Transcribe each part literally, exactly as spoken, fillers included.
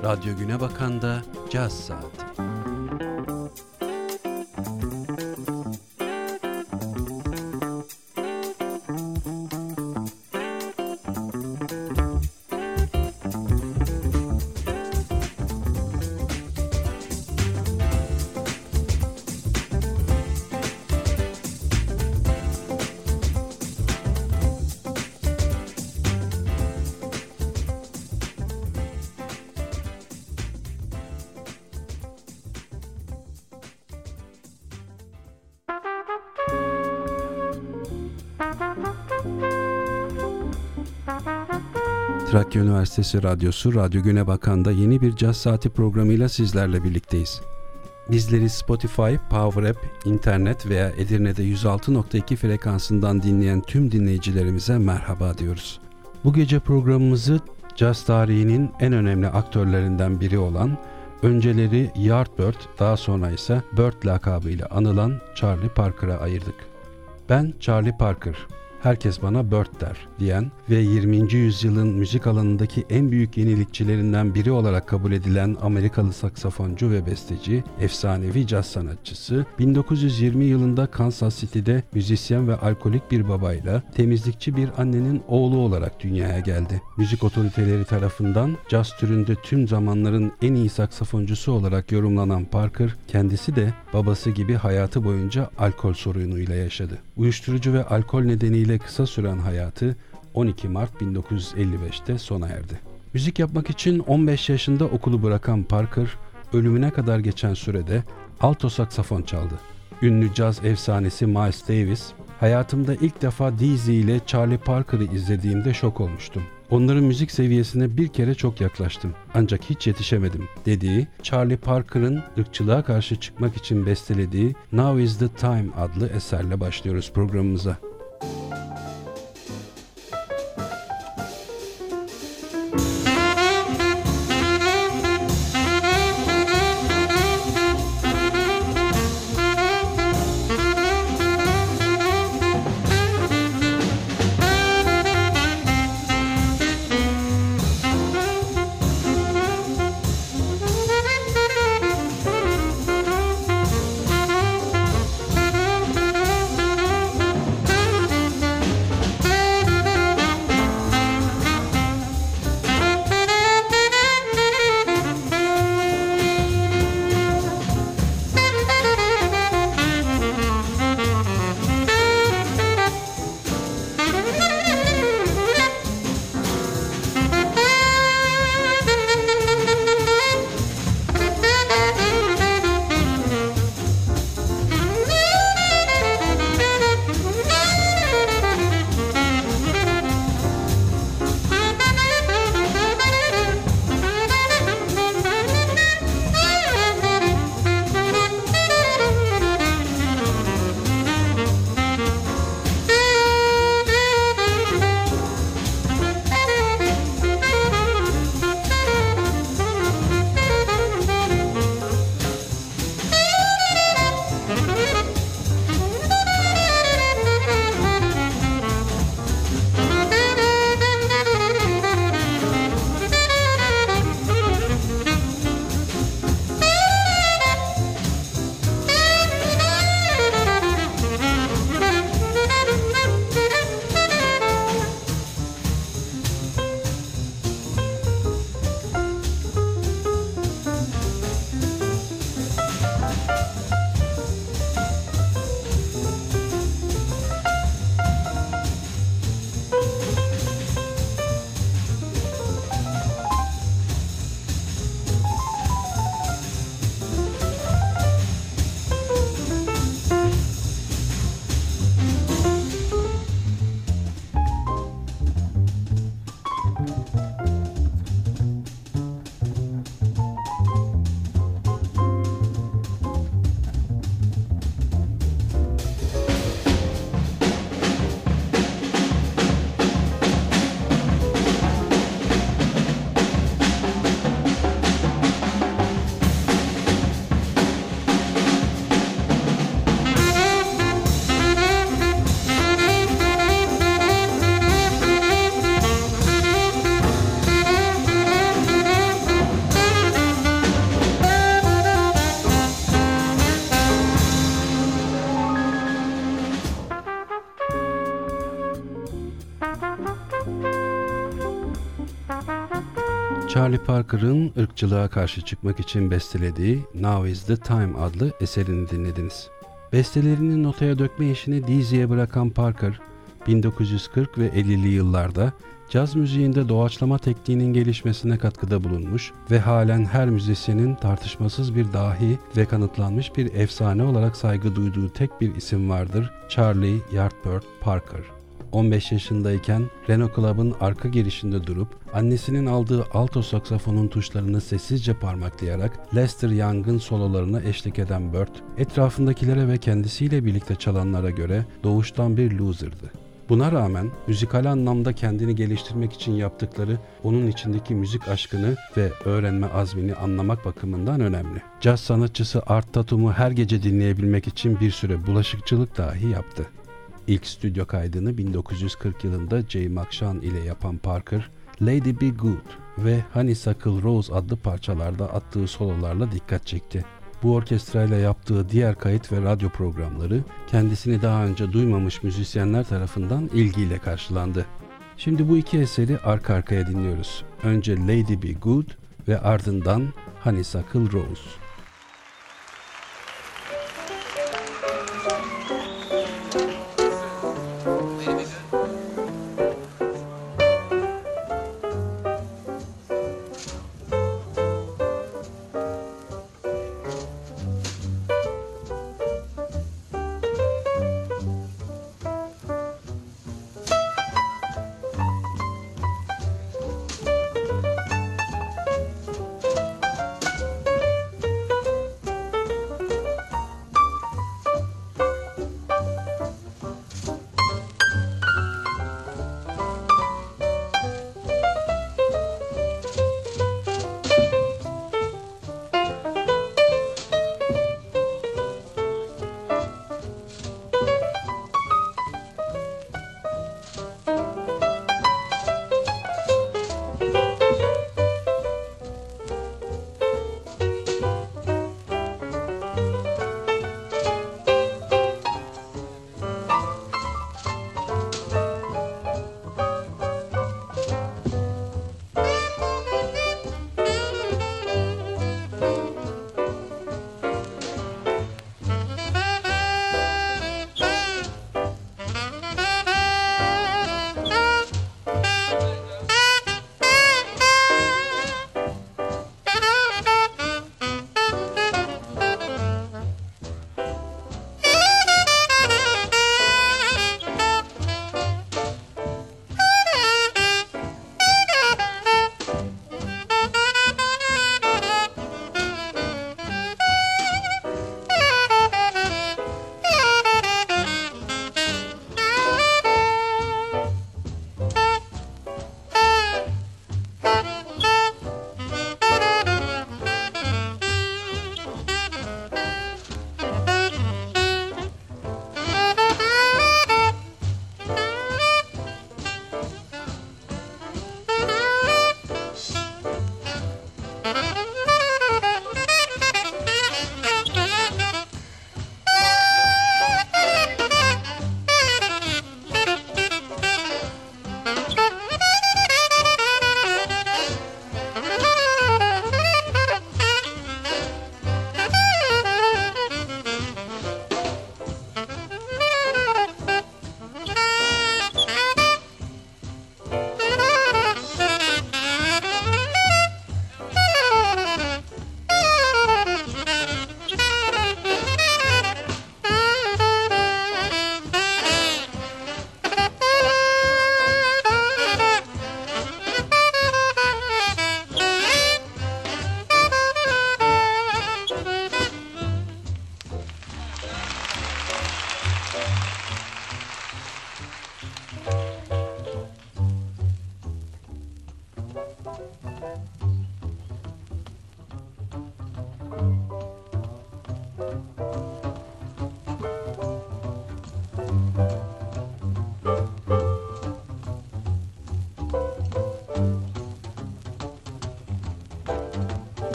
Radyo Güne Bakan'da Caz Saati. Trakya Üniversitesi Radyosu, Radyo Güne Bakan'da yeni bir Caz Saati programıyla sizlerle birlikteyiz. Bizleri Spotify, Power App, internet veya Edirne'de yüz altı nokta iki frekansından dinleyen tüm dinleyicilerimize merhaba diyoruz. Bu gece programımızı caz tarihinin en önemli aktörlerinden biri olan, önceleri Yardbird, daha sonra ise Bird lakabıyla anılan Charlie Parker'a ayırdık. Ben Charlie Parker, herkes bana Bird der diyen ve yirminci yüzyılın müzik alanındaki en büyük yenilikçilerinden biri olarak kabul edilen Amerikalı saksafoncu ve besteci, efsanevi caz sanatçısı, bin dokuz yüz yirmi yılında Kansas City'de müzisyen ve alkolik bir babayla temizlikçi bir annenin oğlu olarak dünyaya geldi. Müzik otoriteleri tarafından caz türünde tüm zamanların en iyi saksafoncusu olarak yorumlanan Parker, kendisi de babası gibi hayatı boyunca alkol sorunuyla yaşadı. Uyuşturucu ve alkol nedeniyle kısa süren hayatı on iki Mart bin dokuz yüz elli beşte sona erdi. Müzik yapmak için on beş yaşında okulu bırakan Parker, ölümüne kadar geçen sürede alto saksafon çaldı. Ünlü caz efsanesi Miles Davis, "Hayatımda ilk defa Dizzy ile Charlie Parker'ı izlediğimde şok olmuştum. Onların müzik seviyesine bir kere çok yaklaştım. Ancak hiç yetişemedim" dediği, Charlie Parker'ın ırkçılığa karşı çıkmak için bestelediği Now Is The Time adlı eserle başlıyoruz programımıza. Thank Charlie Parker'ın ırkçılığa karşı çıkmak için bestelediği Now is the Time adlı eserini dinlediniz. Bestelerini notaya dökme işini Deezy'ye bırakan Parker, bin dokuz yüz kırk ve ellili yıllarda caz müziğinde doğaçlama tekniğinin gelişmesine katkıda bulunmuş ve halen her müzisyenin tartışmasız bir dahi ve kanıtlanmış bir efsane olarak saygı duyduğu tek bir isim vardır: Charlie Yardbird Parker. on beş yaşındayken Renault Club'ın arka girişinde durup annesinin aldığı alto saksafonun tuşlarını sessizce parmaklayarak Lester Young'ın sololarına eşlik eden Bird, etrafındakilere ve kendisiyle birlikte çalanlara göre doğuştan bir loser'dı. Buna rağmen müzikal anlamda kendini geliştirmek için yaptıkları onun içindeki müzik aşkını ve öğrenme azmini anlamak bakımından önemli. Caz sanatçısı Art Tatum'u her gece dinleyebilmek için bir süre bulaşıkçılık dahi yaptı. İlk stüdyo kaydını bin dokuz yüz kırk yılında Jay McShann ile yapan Parker, Lady Be Good ve Honeysuckle Rose adlı parçalarda attığı sololarla dikkat çekti. Bu orkestrayla yaptığı diğer kayıt ve radyo programları kendisini daha önce duymamış müzisyenler tarafından ilgiyle karşılandı. Şimdi bu iki eseri arka arkaya dinliyoruz. Önce Lady Be Good ve ardından Honeysuckle Rose.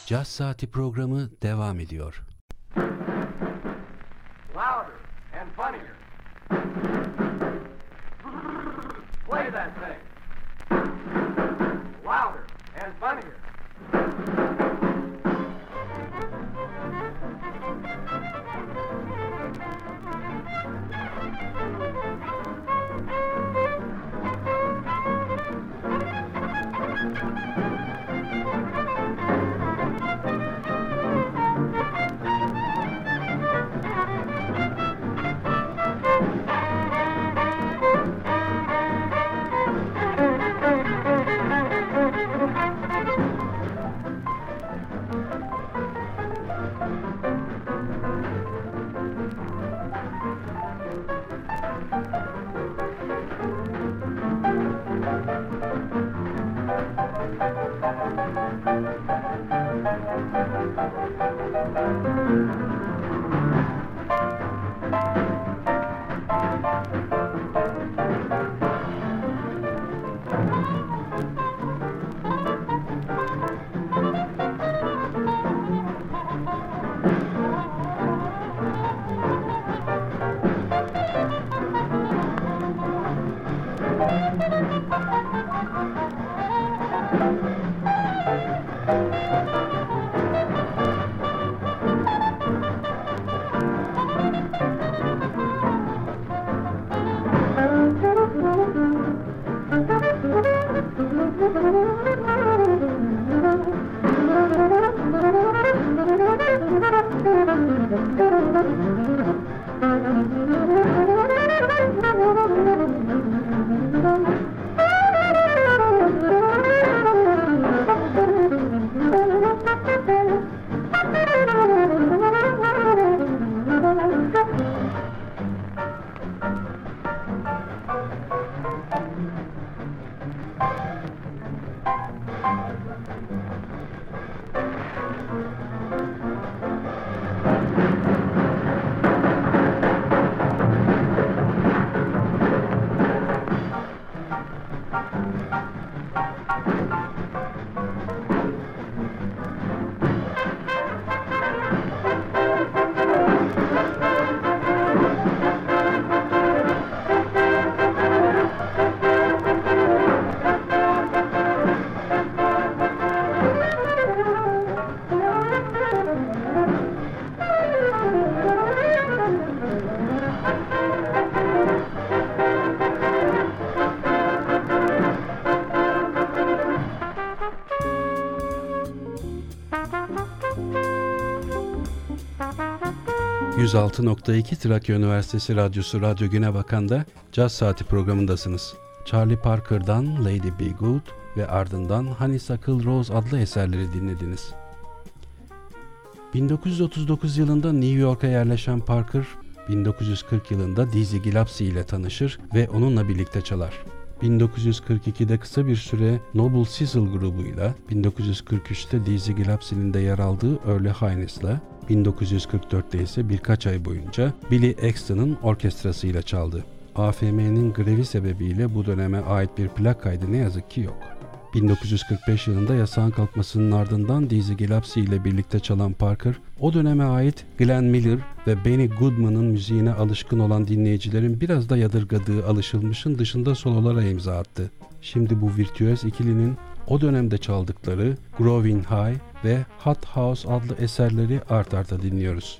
Caz Saati programı devam ediyor. Louder and funnier. Play that thing. Louder and funnier. yüz altı nokta iki Trakya Üniversitesi Radyosu Radyo Güne Bakan'da Caz Saati programındasınız. Charlie Parker'dan Lady Be Good ve ardından Honeysuckle Rose adlı eserleri dinlediniz. bin dokuz yüz otuz dokuz yılında New York'a yerleşen Parker, bin dokuz yüz kırk yılında Dizzy Gillespie ile tanışır ve onunla birlikte çalar. bin dokuz yüz kırk ikide kısa bir süre Noble Sizzle grubuyla, bin dokuz yüz kırk üçte Dizzy Gillespie'nin de yer aldığı Early Highness'la, bin dokuz yüz kırk dörtte ise birkaç ay boyunca Billy Exton'ın orkestrasıyla çaldı. A F M'nin grevi sebebiyle bu döneme ait bir plak kaydı ne yazık ki yok. bin dokuz yüz kırk beş yılında yasağın kalkmasının ardından Dizzy Gillespie ile birlikte çalan Parker, o döneme ait Glenn Miller ve Benny Goodman'ın müziğine alışkın olan dinleyicilerin biraz da yadırgadığı alışılmışın dışında sololara imza attı. Şimdi bu virtüöz ikilinin o dönemde çaldıkları Growing High ve Hot House adlı eserleri art arda dinliyoruz.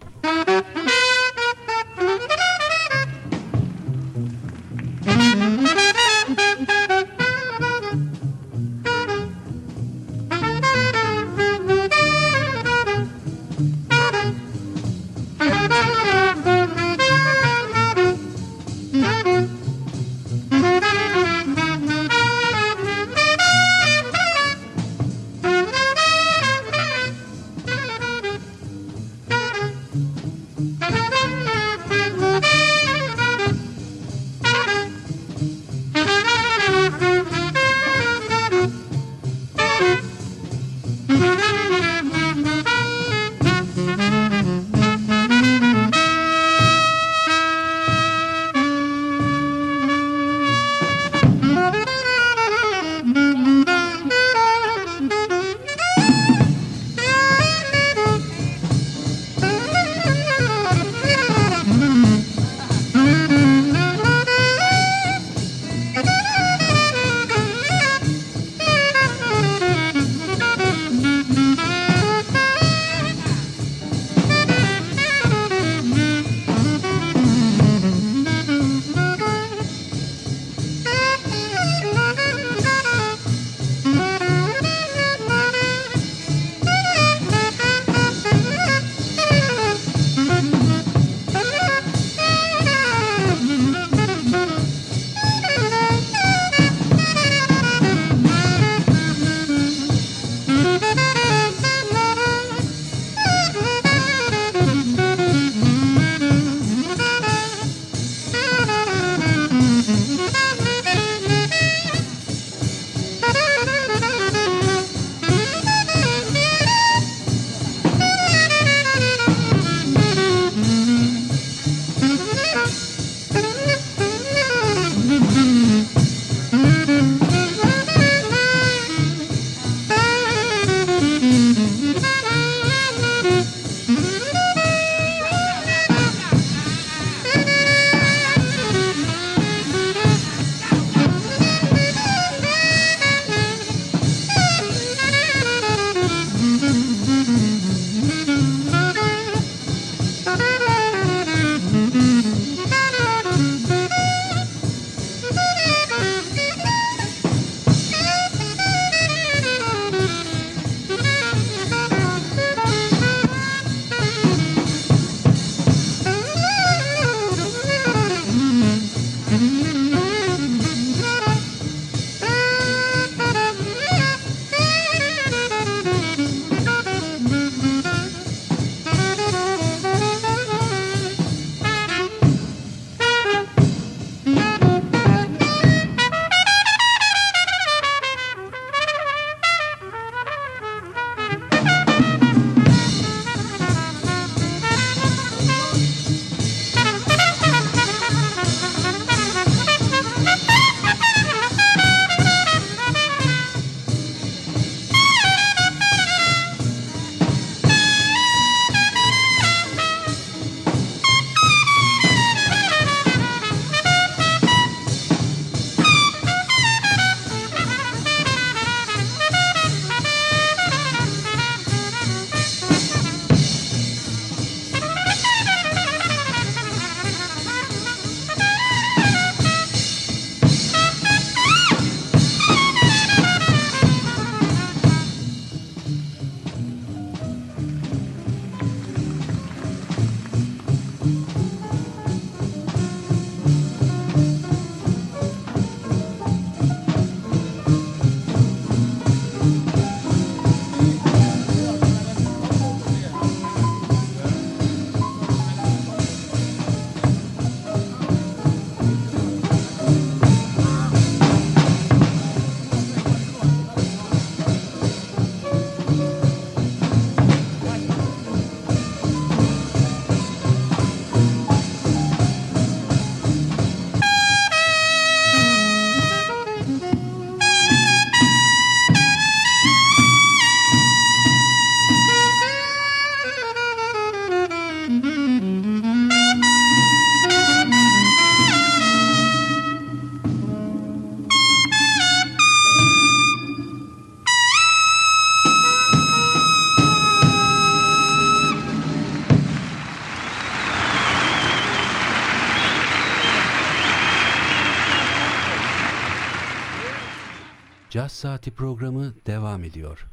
Caz Saati programı devam ediyor.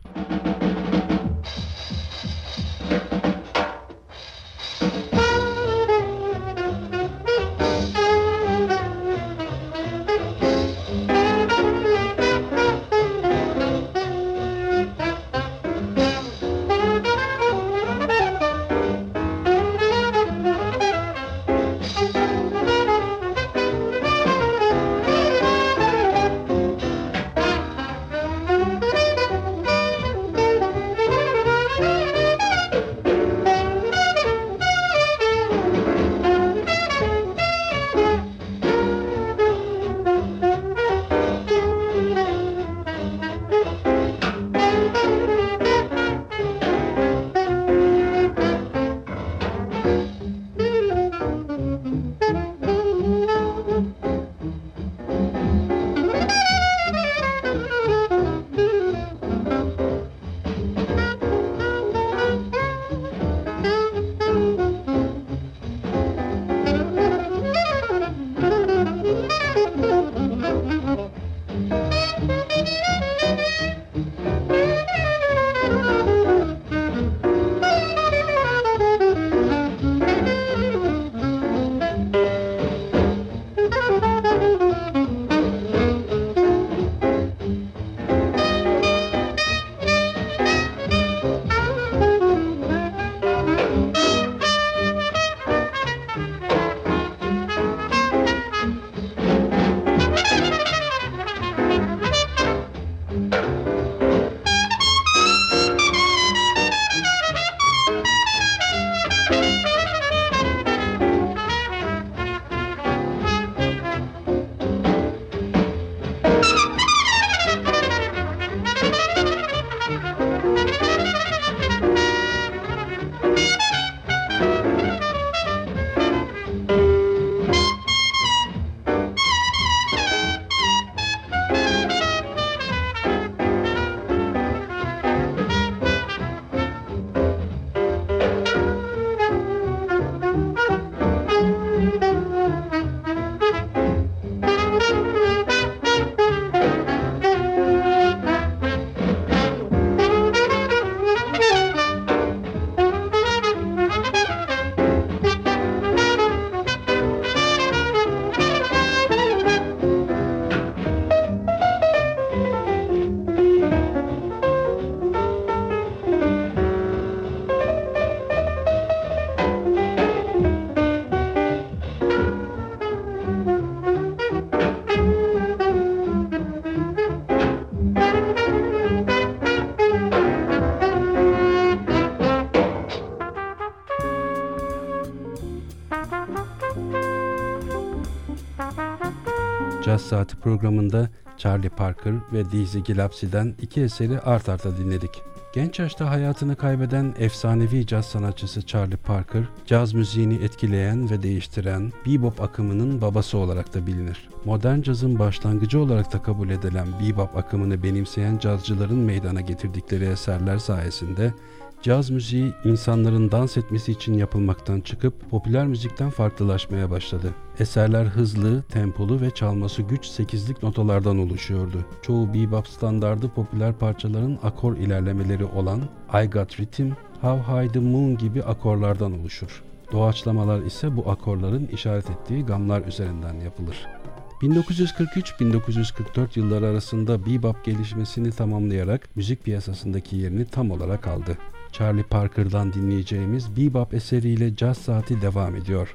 Caz Saati programında Charlie Parker ve Dizzy Gillespie'den iki eseri art arda dinledik. Genç yaşta hayatını kaybeden efsanevi caz sanatçısı Charlie Parker, caz müziğini etkileyen ve değiştiren bebop akımının babası olarak da bilinir. Modern cazın başlangıcı olarak da kabul edilen bebop akımını benimseyen cazcıların meydana getirdikleri eserler sayesinde caz müziği insanların dans etmesi için yapılmaktan çıkıp popüler müzikten farklılaşmaya başladı. Eserler hızlı, tempolu ve çalması güç sekizlik notalardan oluşuyordu. Çoğu bebop standardı popüler parçaların akor ilerlemeleri olan I Got Rhythm, How High the Moon gibi akorlardan oluşur. Doğaçlamalar ise bu akorların işaret ettiği gamlar üzerinden yapılır. bin dokuz yüz kırk üç - bin dokuz yüz kırk dört yılları arasında bebop gelişmesini tamamlayarak müzik piyasasındaki yerini tam olarak aldı. Charlie Parker'dan dinleyeceğimiz bebop eseriyle Caz Saati devam ediyor.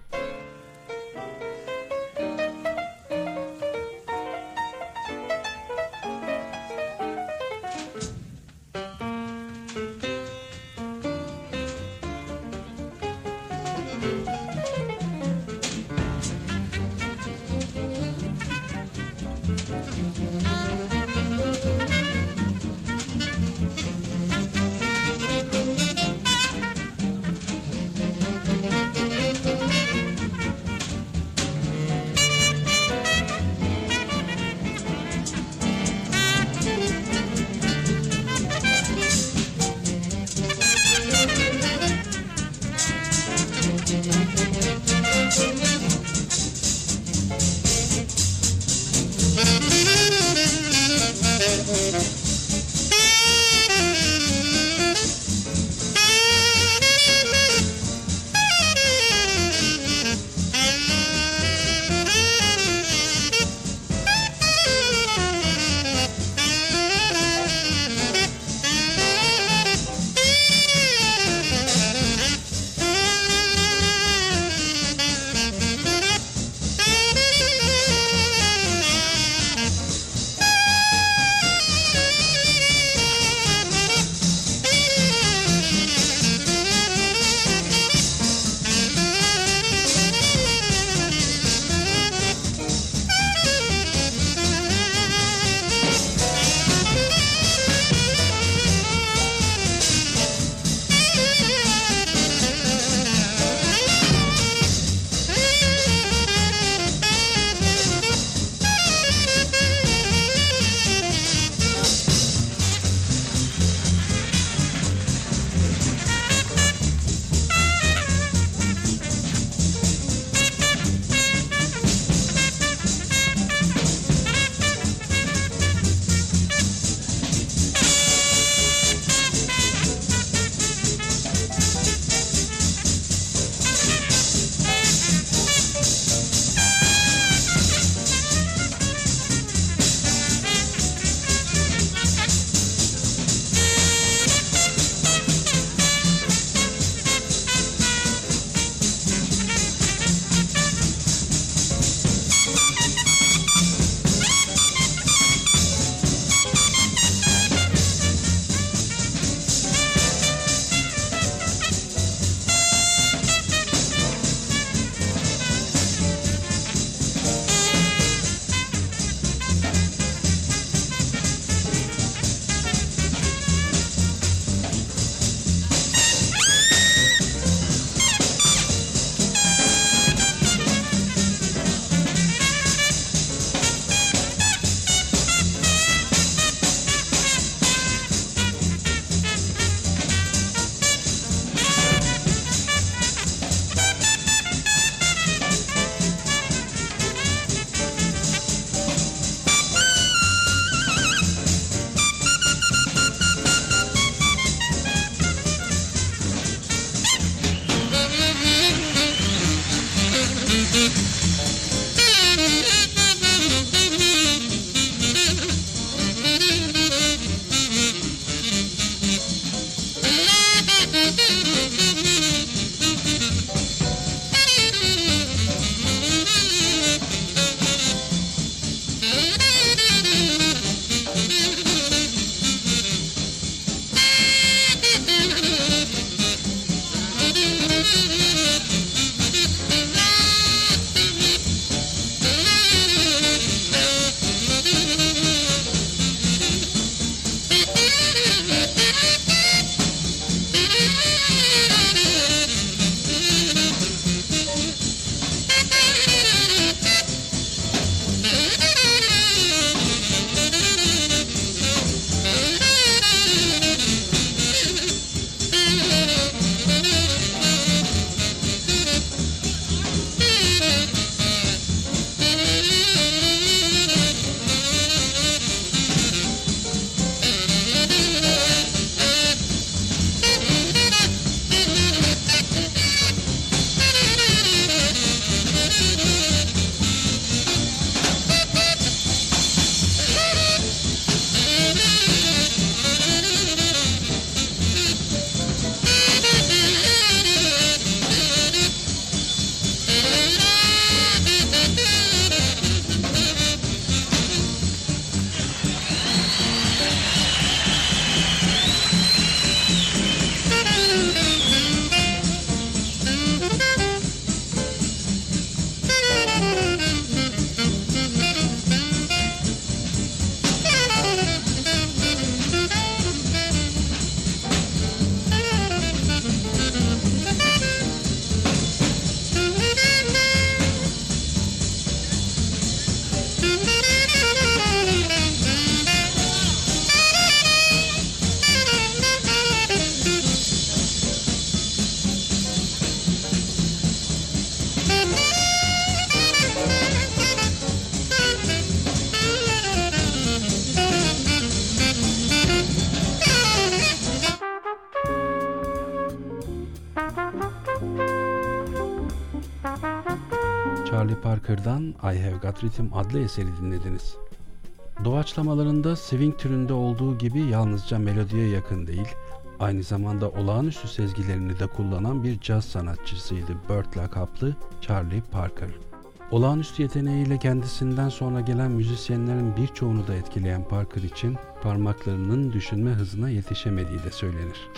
Parker'dan I Have Got Rhythm adlı eseri dinlediniz. Doğaçlamalarında swing türünde olduğu gibi yalnızca melodiye yakın değil, aynı zamanda olağanüstü sezgilerini de kullanan bir caz sanatçısıydı Burt lakaplı Charlie Parker. Olağanüstü yeteneğiyle kendisinden sonra gelen müzisyenlerin birçoğunu da etkileyen Parker için parmaklarının düşünme hızına yetişemediği de söylenir.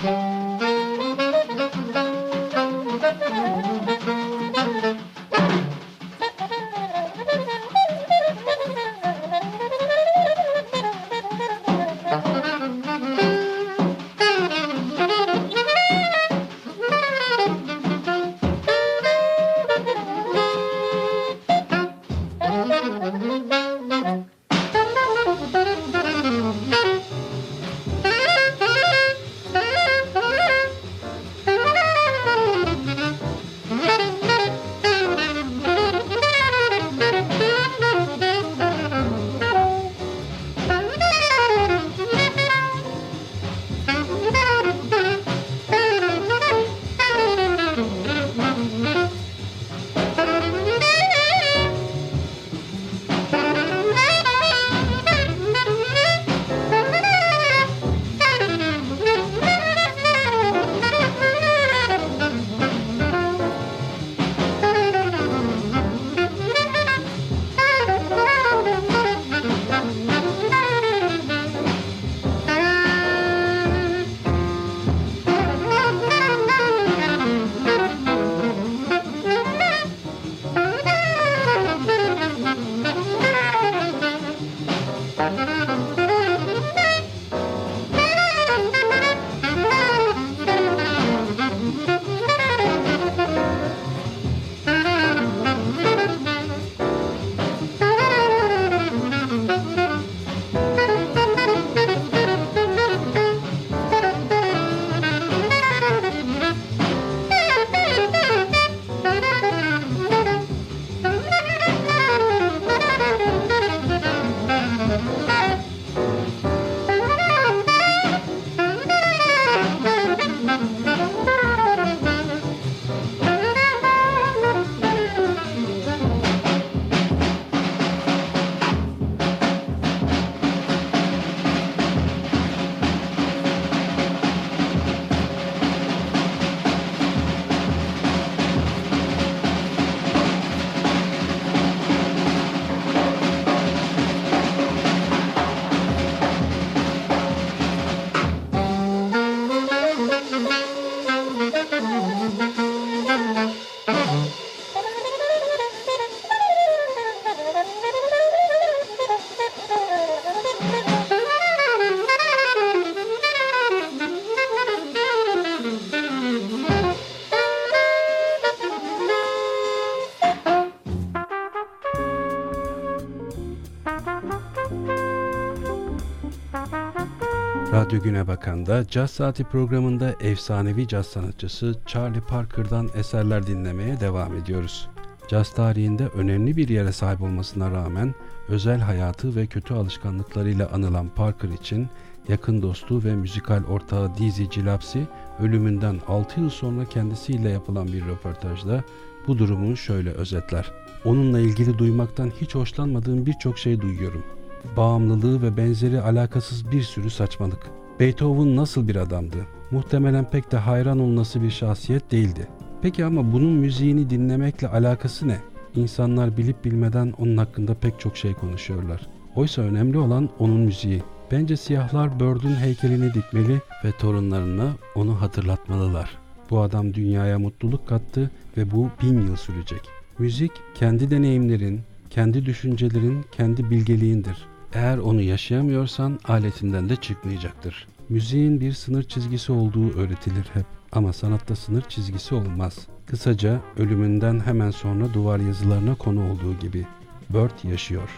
Radyo Güne Bakan'da Caz Saati programında efsanevi caz sanatçısı Charlie Parker'dan eserler dinlemeye devam ediyoruz. Caz tarihinde önemli bir yere sahip olmasına rağmen özel hayatı ve kötü alışkanlıklarıyla anılan Parker için yakın dostu ve müzikal ortağı Dizzy Gillespie ölümünden altı yıl sonra kendisiyle yapılan bir röportajda bu durumu şöyle özetler. Onunla ilgili duymaktan hiç hoşlanmadığım birçok şey duyuyorum. Bağımlılığı ve benzeri alakasız bir sürü saçmalık. Beethoven nasıl bir adamdı? Muhtemelen pek de hayran olunası bir şahsiyet değildi. Peki ama bunun müziğini dinlemekle alakası ne? İnsanlar bilip bilmeden onun hakkında pek çok şey konuşuyorlar. Oysa önemli olan onun müziği. Bence siyahlar Bird'ün heykelini dikmeli ve torunlarına onu hatırlatmalılar. Bu adam dünyaya mutluluk kattı ve bu bin yıl sürecek. Müzik kendi deneyimlerin, kendi düşüncelerin, kendi bilgeliğindir. Eğer onu yaşayamıyorsan aletinden de çıkmayacaktır. Müziğin bir sınır çizgisi olduğu öğretilir hep. Ama sanatta sınır çizgisi olmaz. Kısaca ölümünden hemen sonra duvar yazılarına konu olduğu gibi. Bird yaşıyor.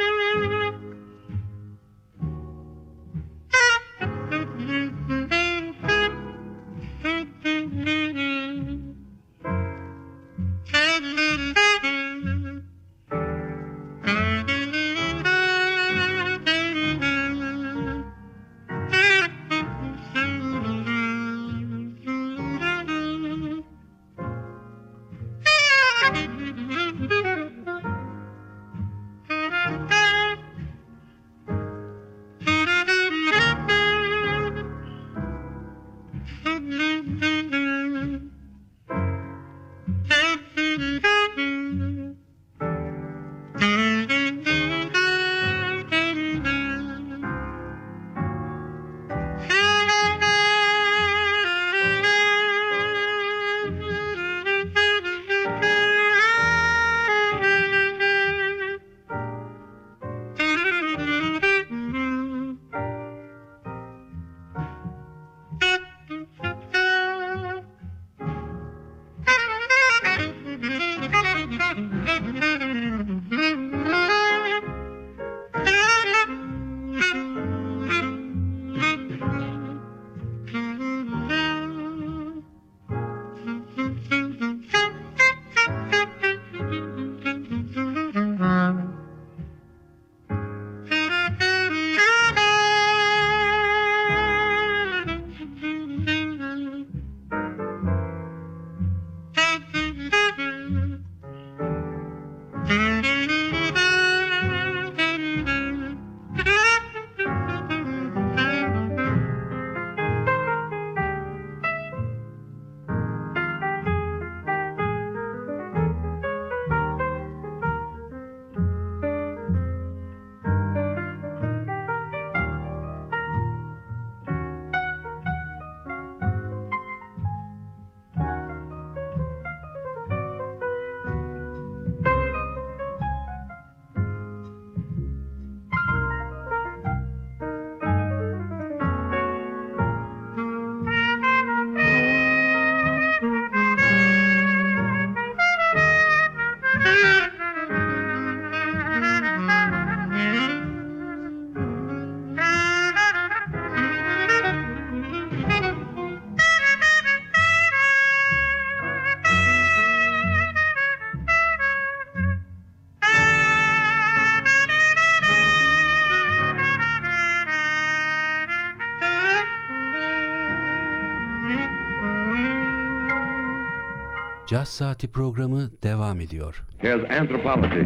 Mm-hmm. Caz Saati programı devam ediyor. Here's Anthropology.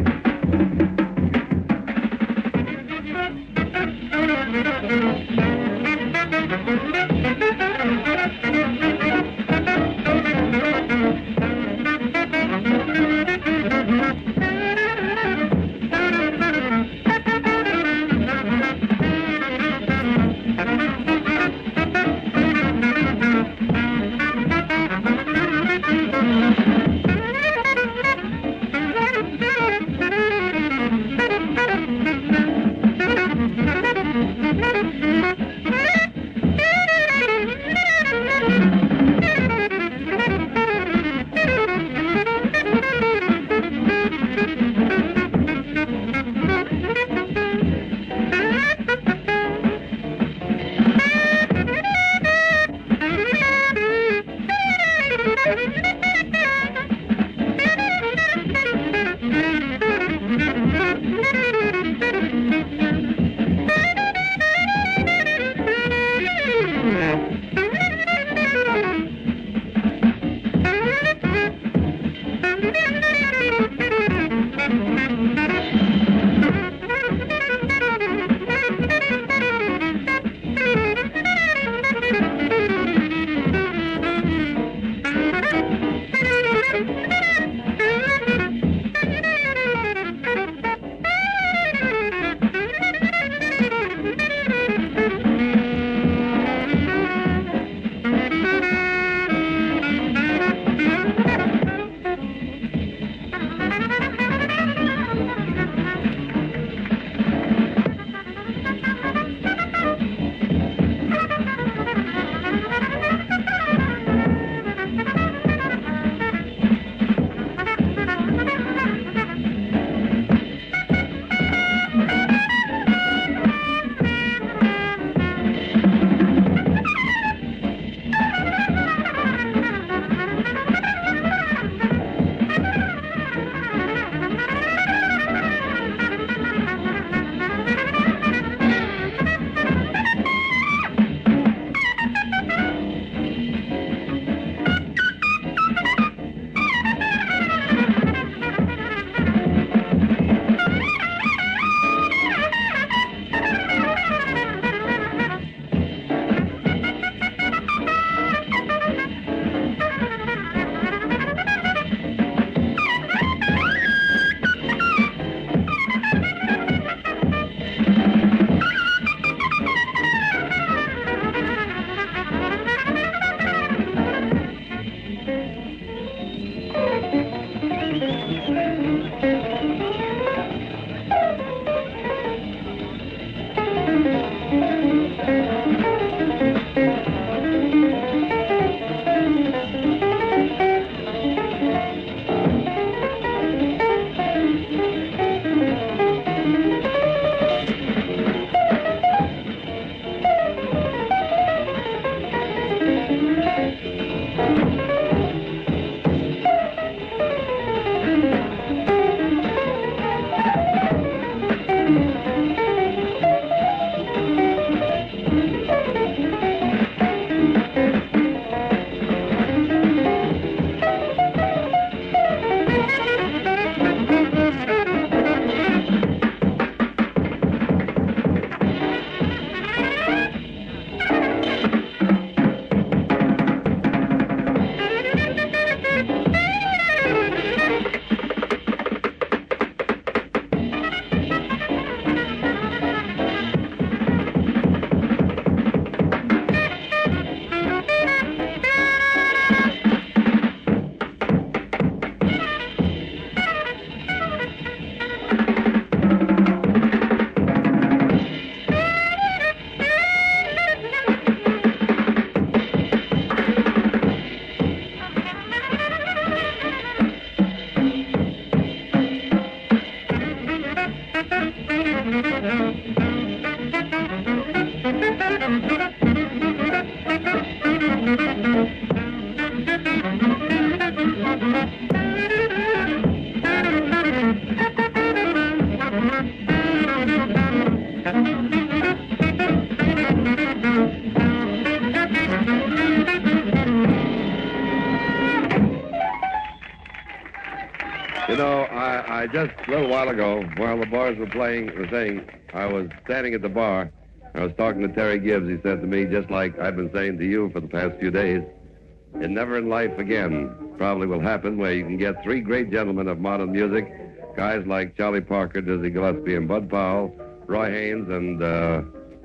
You know, I, I just a little while ago, while the boys were playing, were saying, I was standing at the bar. I was talking to Terry Gibbs. He said to me, just like I've been saying to you for the past few days, it never in life again probably will happen where you can get three great gentlemen of modern music, guys like Charlie Parker, Dizzy Gillespie, and Bud Powell, Roy Haynes, and uh,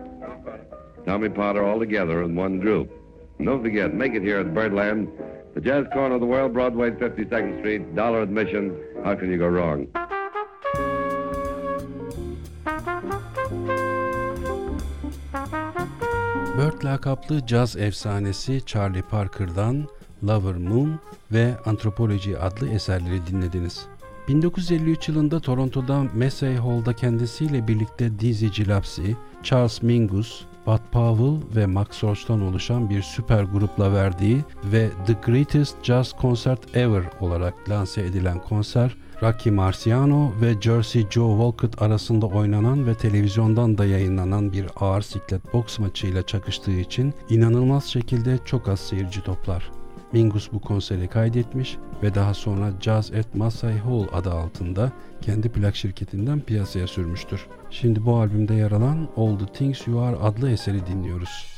Tommy Potter all together in one group. And don't forget, make it here at Birdland, the jazz corner of the world, Broadway, fifty-second Street, dollar admission. How can you go wrong? Bird lakaplı caz efsanesi Charlie Parker'dan Lover Moon ve Anthropology adlı eserleri dinlediniz. bin dokuz yüz elli üç yılında Toronto'da Massey Hall'da kendisiyle birlikte Dizzy Gillespie, Charles Mingus, Bud Powell ve Max Roach'tan oluşan bir süper grupla verdiği ve The Greatest Jazz Concert Ever olarak lanse edilen konser, Rocky Marciano ve Jersey Joe Walcott arasında oynanan ve televizyondan da yayınlanan bir ağır siklet boks maçıyla çakıştığı için inanılmaz şekilde çok az seyirci toplar. Mingus bu konseri kaydetmiş ve daha sonra Jazz at Massey Hall adı altında kendi plak şirketinden piyasaya sürmüştür. Şimdi bu albümde yer alan All the Things You Are adlı eseri dinliyoruz.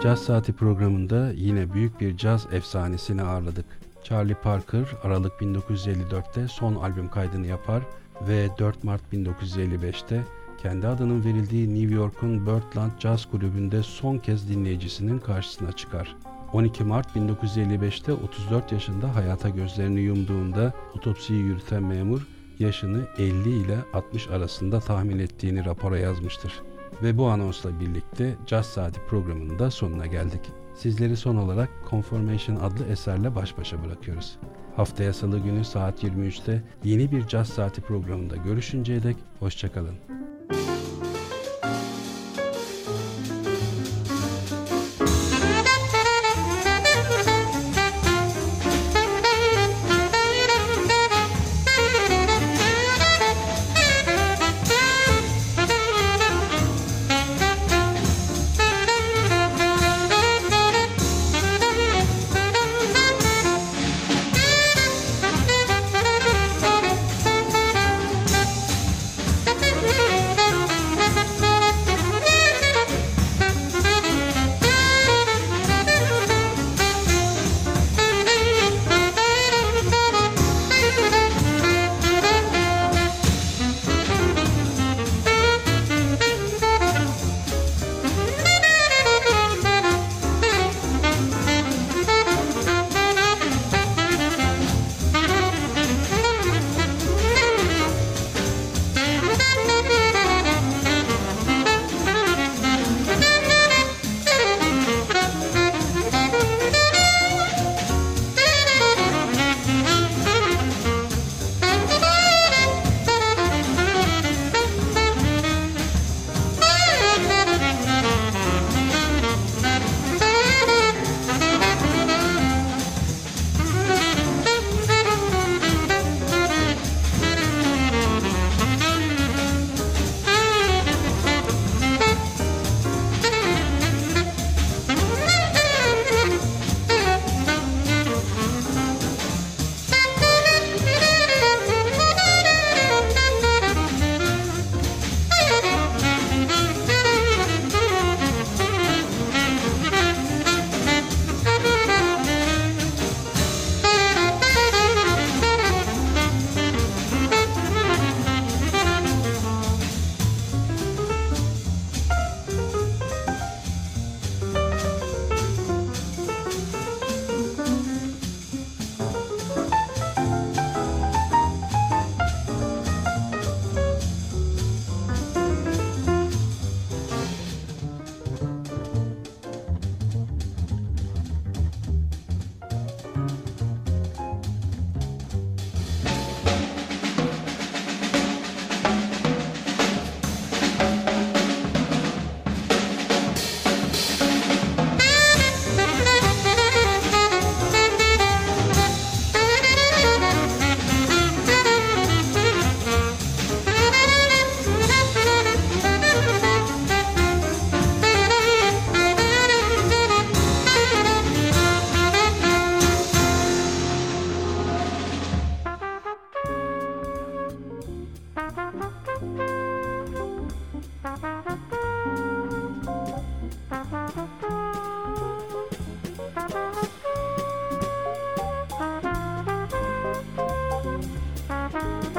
Caz Saati programında yine büyük bir caz efsanesini ağırladık. Charlie Parker Aralık bin dokuz yüz elli dörtte son albüm kaydını yapar ve dört Mart bin dokuz yüz elli beşte kendi adının verildiği New York'un Birdland Jazz Kulübü'nde son kez dinleyicisinin karşısına çıkar. on iki Mart bin dokuz yüz elli beşte otuz dört yaşında hayata gözlerini yumduğunda otopsiyi yürüten memur yaşını elli ile altmış arasında tahmin ettiğini rapora yazmıştır. Ve bu anonsla birlikte Caz Saati programının da sonuna geldik. Sizleri son olarak Conformation adlı eserle baş başa bırakıyoruz. Haftaya Salı günü saat yirmi üçte yeni bir Caz Saati programında görüşünceye dek hoşçakalın.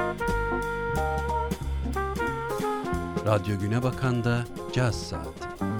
Radyo Güne Bakan'da Caz Saati.